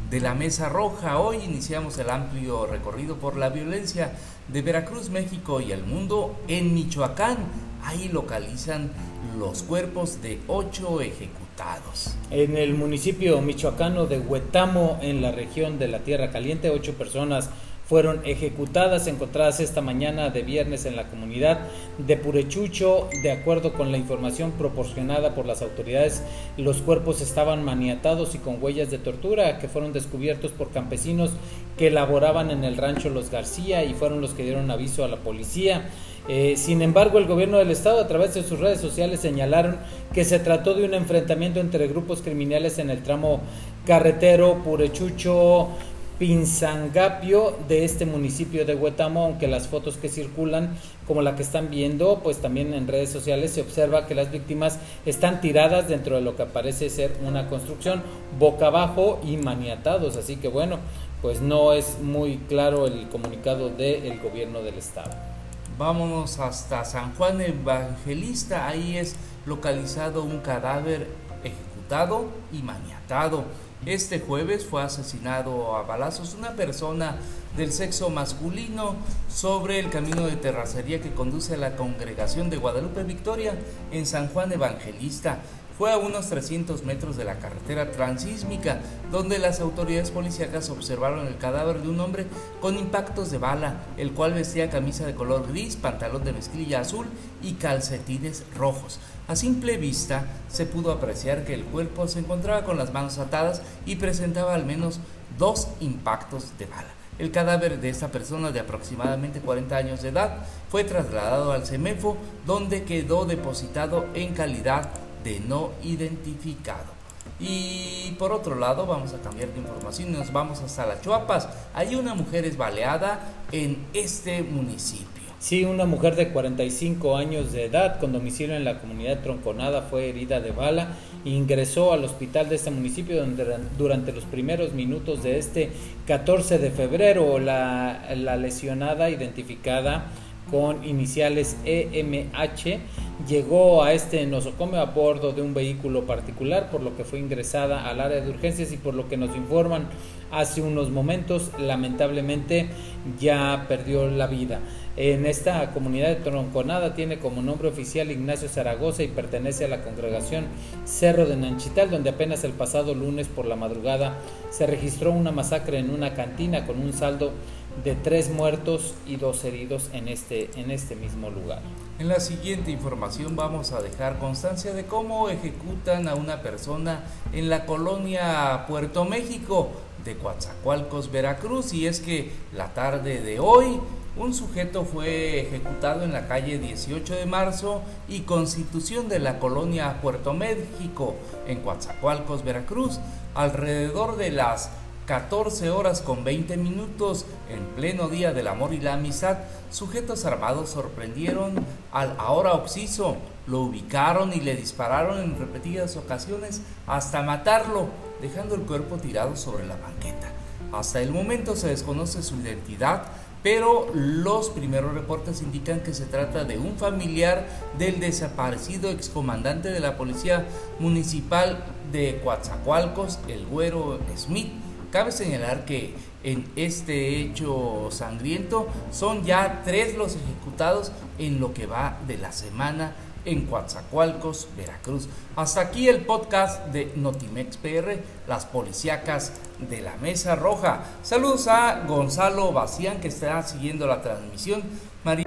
de la Mesa Roja. Hoy iniciamos el amplio recorrido por la violencia de Veracruz, México y el mundo. En Michoacán, ahí localizan los cuerpos de 8 ejecutados. En el municipio michoacano de Huetamo, en la región de la Tierra Caliente, 8 personas fueron ejecutadas, encontradas esta mañana de viernes en la comunidad de Purechucho. De acuerdo con la información proporcionada por las autoridades, los cuerpos estaban maniatados y con huellas de tortura que fueron descubiertos por campesinos que laboraban en el rancho Los García y fueron los que dieron aviso a la policía. Sin embargo, el gobierno del estado, a través de sus redes sociales, señalaron que se trató de un enfrentamiento entre grupos criminales en el tramo carretero Purechucho Pinzangapio de este municipio de Huetamo, aunque las fotos que circulan, como la que están viendo, pues también en redes sociales se observa que las víctimas están tiradas dentro de lo que parece ser una construcción, boca abajo y maniatados, así que bueno, pues no es muy claro el comunicado del gobierno del estado. Vámonos hasta San Juan Evangelista, ahí es localizado un cadáver ejecutado y maniatado. Este jueves fue asesinado a balazos una persona del sexo masculino sobre el camino de terracería que conduce a la congregación de Guadalupe Victoria en San Juan Evangelista. Fue a unos 300 metros de la carretera transísmica, donde las autoridades policíacas observaron el cadáver de un hombre con impactos de bala, el cual vestía camisa de color gris, pantalón de mezclilla azul y calcetines rojos. A simple vista se pudo apreciar que el cuerpo se encontraba con las manos atadas y presentaba al menos 2 impactos de bala. El cadáver de esta persona de aproximadamente 40 años de edad fue trasladado al CEMEFO, donde quedó depositado en calidad de no identificado. Y por otro lado, vamos a cambiar de información y nos vamos hasta las Chuapas. Hay una mujer es baleada en este municipio. Sí, una mujer de 45 años de edad con domicilio en la comunidad Tronconada fue herida de bala e ingresó al hospital de este municipio donde durante los primeros minutos de este 14 de febrero la lesionada, identificada con iniciales EMH, llegó a este nosocomio a bordo de un vehículo particular, por lo que fue ingresada al área de urgencias y por lo que nos informan hace unos momentos, lamentablemente ya perdió la vida. En esta comunidad de Tronconada tiene como nombre oficial Ignacio Zaragoza y pertenece a la congregación Cerro de Nanchital, donde apenas el pasado lunes por la madrugada se registró una masacre en una cantina con un saldo de 3 muertos y 2 heridos en este mismo lugar. En la siguiente información vamos a dejar constancia de cómo ejecutan a una persona en la colonia Puerto México de Coatzacoalcos, Veracruz, y es que la tarde de hoy un sujeto fue ejecutado en la calle 18 de marzo y Constitución de la colonia Puerto México en Coatzacoalcos, Veracruz, alrededor de las 14 horas con 20 minutos, en pleno día del amor y la amistad. Sujetos armados sorprendieron al ahora occiso, lo ubicaron y le dispararon en repetidas ocasiones hasta matarlo, dejando el cuerpo tirado sobre la banqueta. Hasta el momento se desconoce su identidad, pero los primeros reportes indican que se trata de un familiar del desaparecido excomandante de la Policía Municipal de Coatzacoalcos, el Güero Smith. Cabe señalar que en este hecho sangriento son ya 3 los ejecutados en lo que va de la semana en Coatzacoalcos, Veracruz. Hasta aquí el podcast de Notimex PR, las policíacas de la Mesa Roja. Saludos a Gonzalo Bacián, que está siguiendo la transmisión, María